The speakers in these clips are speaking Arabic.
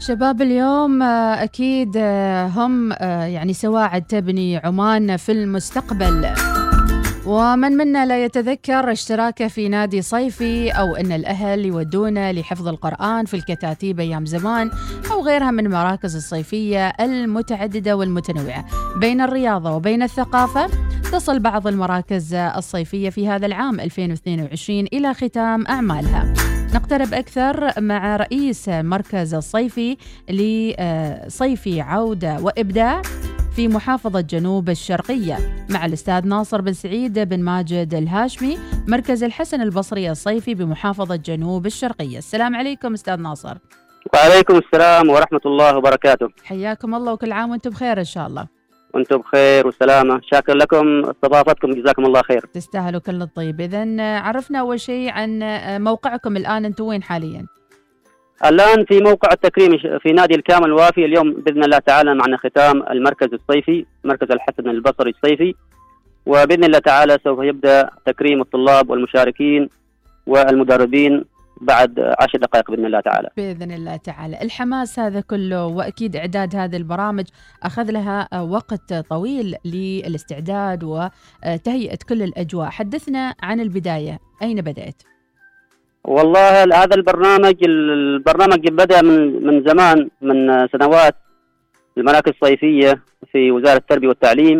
شباب اليوم أكيد هم يعني سواعد تبني عمان في المستقبل، ومن منا لا يتذكر اشتراكه في نادي صيفي أو أن الأهل يودونه لحفظ القرآن في الكتاتيب أيام زمان أو غيرها من المراكز الصيفية المتعددة والمتنوعة. بين الرياضة وبين الثقافة تصل بعض المراكز الصيفية في هذا العام 2022 إلى ختام أعمالها. نقترب أكثر مع رئيس مركز الصيفي لصيفي عودة وإبداع في محافظة جنوب الشرقية مع الأستاذ ناصر بن سعيد بن ماجد الهاشمي، مركز الحسن البصري الصيفي بمحافظة جنوب الشرقية. السلام عليكم أستاذ ناصر. وعليكم السلام ورحمة الله وبركاته. حياكم الله وكل عام وانتم بخير إن شاء الله. وانتم بخير وسلامة، شاكر لكم استضافتكم، جزاكم الله خير. تستاهلوا كل الطيب. إذن عرفنا أول شيء عن موقعكم الآن، أنتم وين حاليا؟ الآن في موقع التكريم في نادي الكامل الوافي. اليوم بإذن الله تعالى معنا ختام المركز الصيفي، مركز الحسن البصري الصيفي، وبإذن الله تعالى سوف يبدأ تكريم الطلاب والمشاركين والمدربين بعد 10 دقائق بإذن الله تعالى. بإذن الله تعالى. الحماس هذا كله وأكيد إعداد هذه البرامج أخذ لها وقت طويل للاستعداد وتهيئة كل الأجواء. حدثنا عن البداية، أين بدأت؟ والله هذا البرنامج بدأ من زمان، من سنوات، المراكز الصيفية في وزارة التربية والتعليم،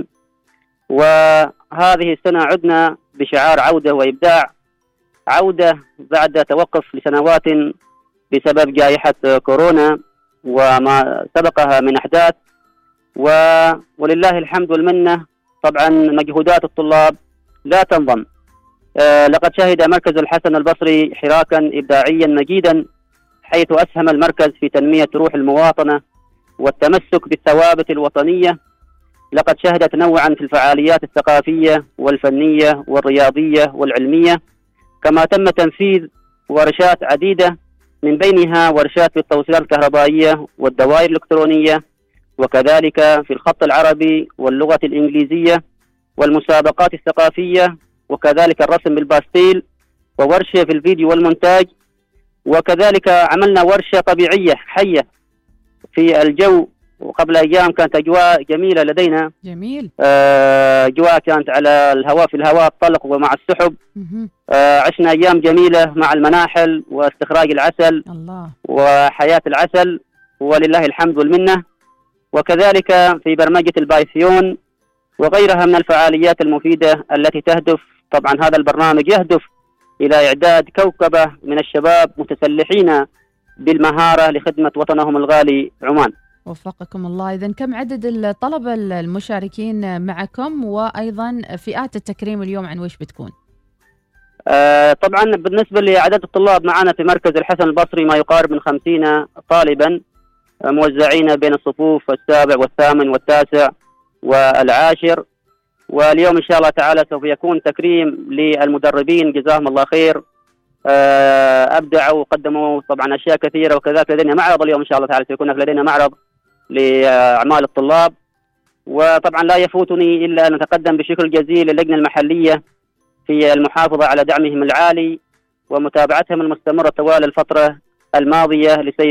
وهذه السنة عدنا بشعار عودة وإبداع، عودة بعد توقف لسنوات بسبب جائحة كورونا وما سبقها من أحداث، ولله الحمد والمنة. طبعا مجهودات الطلاب لا تنضم. لقد شهد مركز الحسن البصري حراكا إبداعيا مجيدا، حيث أسهم المركز في تنمية روح المواطنة والتمسك بالثوابت الوطنية. لقد شهد تنوعا في الفعاليات الثقافية والفنية والرياضية والعلمية، كما تم تنفيذ ورشات عديدة، من بينها ورشات في التوصيلات الكهربائية والدوائر الإلكترونية، وكذلك في الخط العربي واللغة الإنجليزية والمسابقات الثقافية، وكذلك الرسم بالباستيل، وورشة في الفيديو والمونتاج، وكذلك عملنا ورشة طبيعية حية في الجو. وقبل أيام كانت أجواء جميلة لدينا. جميل. أجواء كانت على الهواء، في الهواء الطلق ومع السحب. عشنا أيام جميلة مع المناحل واستخراج العسل. الله. وحياة العسل، ولله الحمد والمنة. وكذلك في برمجة البايثيون وغيرها من الفعاليات المفيدة التي تهدف، طبعا هذا البرنامج يهدف إلى إعداد كوكبة من الشباب متسلحين بالمهارة لخدمة وطنهم الغالي عمان. وفقكم الله. إذن كم عدد الطلبة المشاركين معكم، وأيضا فئات التكريم اليوم عن وش بتكون؟ طبعا بالنسبة لعدد الطلاب معنا في مركز الحسن البصري ما يقارب من 50 طالبا، موزعين بين الصفوف السابع والثامن والتاسع والعاشر. واليوم إن شاء الله تعالى سوف يكون تكريم للمدربين جزاهم الله خير، أبدعوا وقدموا طبعا أشياء كثيرة. وكذلك لدينا معرض اليوم إن شاء الله تعالى، سيكون لدينا معرض لأعمال الطلاب. وطبعا لا يفوتني إلا أن أتقدم بشكر جزيل للجنة المحلية في المحافظة على دعمهم العالي ومتابعتهم المستمرة طوال الفترة الماضية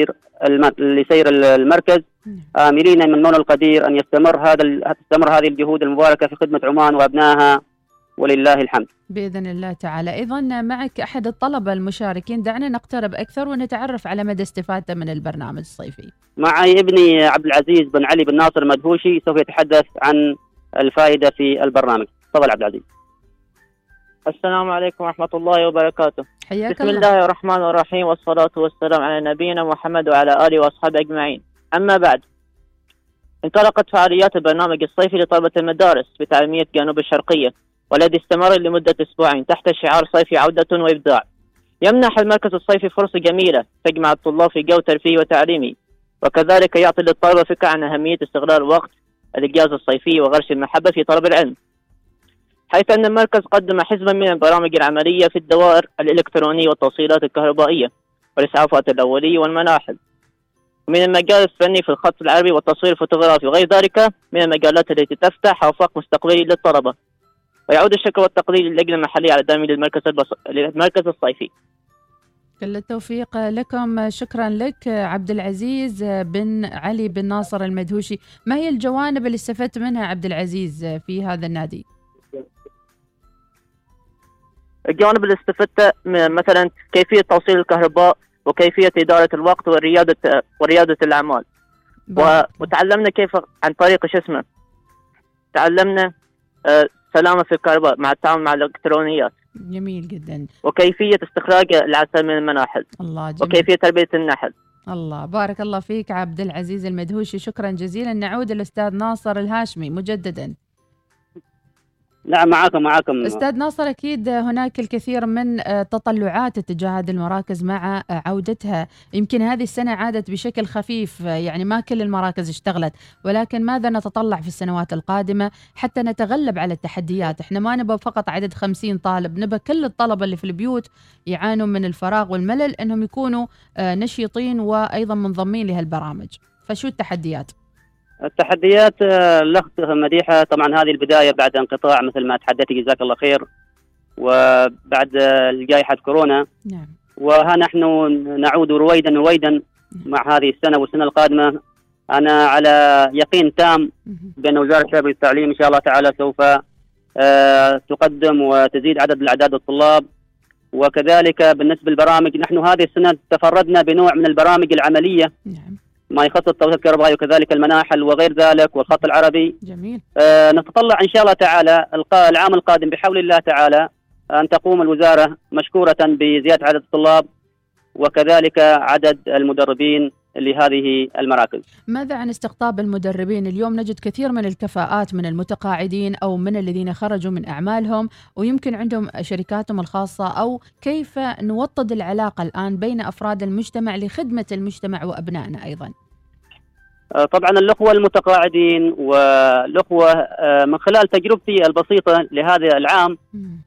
لسير المركز، آملين من مولى القدير أن تستمر هذه الجهود المباركة في خدمة عمان وأبنائها، ولله الحمد بإذن الله تعالى. أيضا معك أحد الطلبة المشاركين، دعنا نقترب أكثر ونتعرف على مدى استفادته من البرنامج الصيفي. معي ابني عبد العزيز بن علي بن ناصر المدهوشي، سوف يتحدث عن الفائدة في البرنامج. تفضل عبد العزيز. السلام عليكم ورحمة الله وبركاته. حياك بسم الله الرحمن الرحيم، والصلاة والسلام على نبينا محمد وعلى آله وأصحابه أجمعين. أما بعد، انطلقت فعاليات البرنامج الصيفي لطلبة المدارس بتعليمية جنوب الشرقية، والذي استمر لمدة أسبوعين تحت شعار صيفي عودة وإبداع. يمنح المركز الصيفي فرصة جميلة تجمع الطلاب في جو ترفيهي وتعليمي، وكذلك يعطي للطلبة فكرة عن أهمية استغلال وقت الإجازة الصيفية وغرس المحبة في طلب العلم، حيث أن المركز قدم حزما من البرامج العملية في الدوائر الإلكترونية والتوصيلات الكهربائية والإسعافات الأولية والمناحل، ومن المجال الفني في الخط العربي والتصوير الفوتوغرافي، وغير ذلك من المجالات التي تفتح آفاق مستقبلية للطلبة. ويعود الشكر والتقدير للجنة المحلية على دعم للمركز الصيفي. كل التوفيق لكم. شكرا لك عبد العزيز بن علي بن ناصر المدهوشي. ما هي الجوانب اللي استفدت منها عبد العزيز في هذا النادي؟ الجوانب اللي استفدتها مثلا كيفية توصيل الكهرباء وكيفية إدارة الوقت وريادة الأعمال. وتعلمنا كيف عن طريق تعلمنا سلامة في الكهرباء مع التعامل مع الإلكترونيات. جميل جدا. وكيفية استخراج العسل من المناحل. الله جميل. وكيفية تربية النحل. الله بارك الله فيك عبد العزيز المدهوشي، شكرا جزيلا. نعود الأستاذ ناصر الهاشمي مجددا. نعم معكم أستاذ ناصر، أكيد هناك الكثير من تطلعات اتجاه هذه المراكز مع عودتها. يمكن هذه السنة عادت بشكل خفيف، يعني ما كل المراكز اشتغلت، ولكن ماذا نتطلع في السنوات القادمة حتى نتغلب على التحديات؟ احنا ما نبغى فقط عدد 50 طالب، نبغى كل الطلبة اللي في البيوت يعانوا من الفراغ والملل أنهم يكونوا نشيطين وأيضا منضمين لهالبرامج. فشو التحديات؟ التحديات الأخت مديحة، طبعا هذه البداية بعد انقطاع مثل ما تحدثت جزاك الله خير، وبعد جائحة كورونا. نعم. وها نحن نعود رويدا مع هذه السنة والسنة القادمة. أنا على يقين تام بأن وزارة الشباب والتعليم إن شاء الله تعالى سوف تقدم وتزيد عدد الأعداد الطلاب. وكذلك بالنسبة للبرامج، نحن هذه السنة تفردنا بنوع من البرامج العملية. نعم. ما يخص التوصيل الكهربائي وكذلك المناحل وغير ذلك والخط العربي. جميل. نتطلع إن شاء الله تعالى العام القادم بحول الله تعالى أن تقوم الوزارة مشكورة بزيادة عدد الطلاب وكذلك عدد المدربين لهذه المراكز. ماذا عن استقطاب المدربين؟ اليوم نجد كثير من الكفاءات من المتقاعدين أو من الذين خرجوا من أعمالهم ويمكن عندهم شركاتهم الخاصة، أو كيف نوطد العلاقة الآن بين أفراد المجتمع لخدمة المجتمع وأبنائنا أيضا؟ طبعا الأخوة المتقاعدين والأخوة من خلال تجربتي البسيطة لهذا العام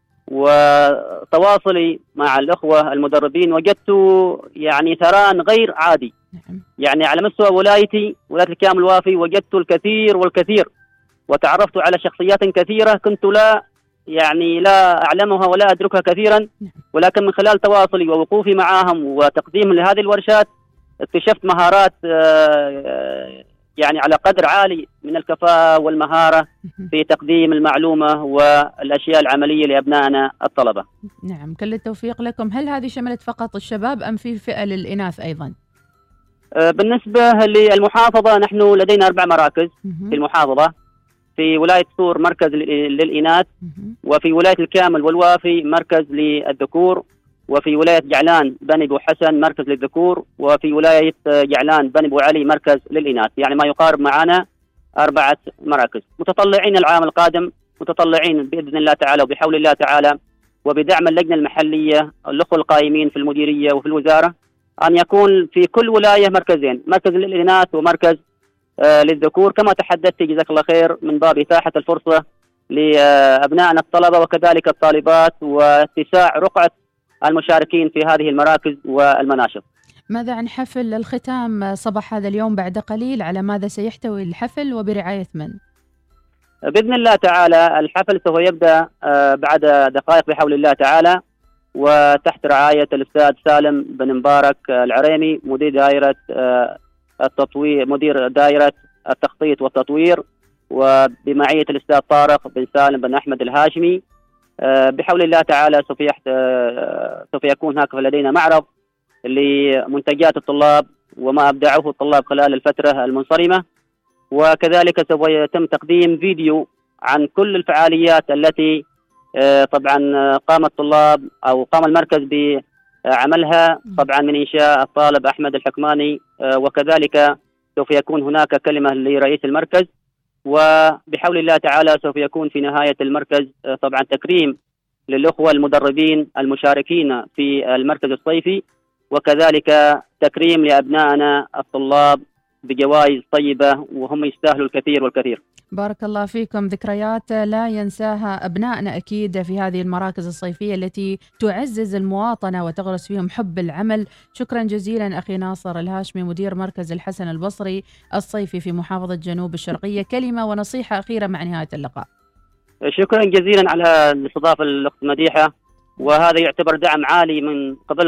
وتواصلي مع الأخوة المدربين وجدت يعني ثراء غير عادي. يعني على مستوى ولاية الكامل الوافي وجدت الكثير والكثير، وتعرفت على شخصيات كثيرة كنت لا أعلمها ولا أدركها كثيرا، ولكن من خلال تواصلي ووقوفي معهم وتقديم لهذه الورشات اكتشفت مهارات يعني على قدر عالي من الكفاءة والمهارة في تقديم المعلومة والأشياء العملية لأبنائنا الطلبة. نعم، كل التوفيق لكم. هل هذه شملت فقط الشباب أم في فئة للإناث أيضا؟ بالنسبة للمحافظة نحن لدينا 4 مراكز في المحافظة. في ولاية صور مركز للإناث، وفي ولاية الكامل والوافي مركز للذكور، وفي ولاية جعلان بني بو حسن مركز للذكور، وفي ولاية جعلان بني بو علي مركز للإناث. يعني ما يقارب معنا 4 مراكز. متطلعين العام القادم، متطلعين بإذن الله تعالى وبحول الله تعالى وبدعم اللجنة المحلية الأخوة القائمين في المديرية وفي الوزارة أن يكون في كل ولاية مركزين، مركز للإناث ومركز للذكور، كما تحدثت جزاك الله خير من باب إتاحة الفرصة لأبنائنا الطلبة وكذلك الطالبات واتساع رقعة المشاركين في هذه المراكز والمناشط. ماذا عن حفل الختام صباح هذا اليوم بعد قليل؟ على ماذا سيحتوي الحفل وبرعاية من؟ بإذن الله تعالى الحفل سوف يبدأ بعد دقائق بحول الله تعالى، وتحت رعاية الأستاذ سالم بن مبارك العريمي مدير دائرة مدير دائرة التخطيط والتطوير، وبمعية الأستاذ طارق بن سالم بن أحمد الهاشمي. بحول الله تعالى سوف يكون هناك لدينا معرض لمنتجات الطلاب وما أبدعه الطلاب خلال الفترة المنصرمة، وكذلك سوف يتم تقديم فيديو عن كل الفعاليات التي طبعا قام الطلاب أو قام المركز بعملها، طبعا من إنشاء الطالب أحمد الحكماني، وكذلك سوف يكون هناك كلمة لرئيس المركز، وبحول الله تعالى سوف يكون في نهاية المركز طبعا تكريم للأخوة المدربين المشاركين في المركز الصيفي، وكذلك تكريم لأبنائنا الطلاب بجوائز طيبة وهم يستاهلوا الكثير والكثير. بارك الله فيكم، ذكريات لا ينساها أبنائنا أكيد في هذه المراكز الصيفية التي تعزز المواطنة وتغرس فيهم حب العمل. شكرا جزيلا أخي ناصر الهاشمي مدير مركز الحسن البصري الصيفي في محافظة جنوب الشرقية. كلمة ونصيحة أخيرة مع نهاية اللقاء. شكرا جزيلا على الاستضافة الأخت مديحة، وهذا يعتبر دعم عالي من قبلكم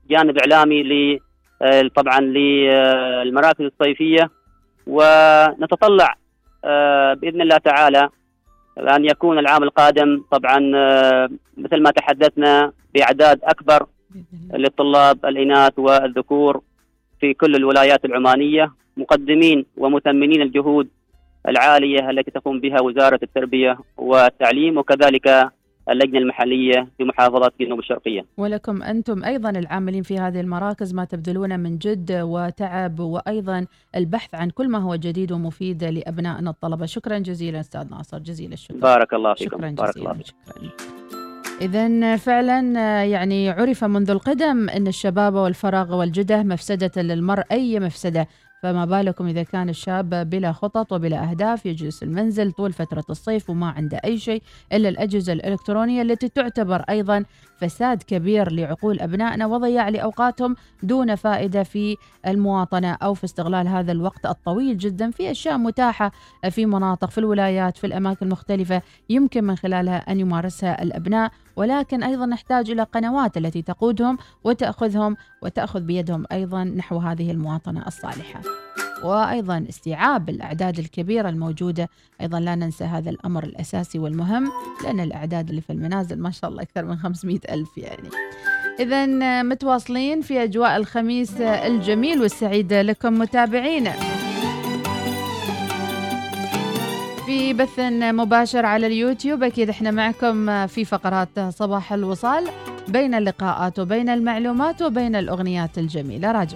جانب إعلامي طبعا للمراكز الصيفية، ونتطلع بإذن الله تعالى أن يكون العام القادم طبعا مثل ما تحدثنا بأعداد أكبر للطلاب الإناث والذكور في كل الولايات العمانية، مقدمين ومثمنين الجهود العالية التي تقوم بها وزارة التربية والتعليم وكذلك اللجنة المحلية في محافظة جنوب الشرقية. ولكم أنتم أيضا العاملين في هذه المراكز ما تبذلون من جد وتعب، وأيضا البحث عن كل ما هو جديد ومفيد لأبنائنا الطلبة. شكرا جزيلا أستاذ ناصر، جزيل الشكر. بارك الله فيكم. شكرا بارك جزيلا. الله. شكرا. إذن فعلا يعني عرف منذ القدم أن الشباب والفراغ والجدة مفسدة للمرء أي مفسدة، فما بالكم إذا كان الشاب بلا خطط وبلا أهداف، يجلس المنزل طول فترة الصيف وما عنده أي شيء إلا الأجهزة الإلكترونية التي تعتبر أيضا فساد كبير لعقول أبنائنا وضياع لأوقاتهم دون فائدة في المواطنة أو في استغلال هذا الوقت الطويل جدا في أشياء متاحة في مناطق في الولايات في الأماكن المختلفة يمكن من خلالها أن يمارسها الأبناء، ولكن أيضا نحتاج إلى قنوات التي تقودهم وتأخذهم وتأخذ بيدهم أيضا نحو هذه المواطنة الصالحة، وأيضا استيعاب الأعداد الكبيرة الموجودة. أيضا لا ننسى هذا الأمر الأساسي والمهم، لأن الأعداد اللي في المنازل ما شاء الله أكثر من 500 ألف يعني. إذن متواصلين في أجواء الخميس الجميل والسعيد لكم متابعين في بث مباشر على اليوتيوب. أكيد إحنا معكم في فقرات صباح الوصال بين اللقاءات وبين المعلومات وبين الأغنيات الجميلة. راجع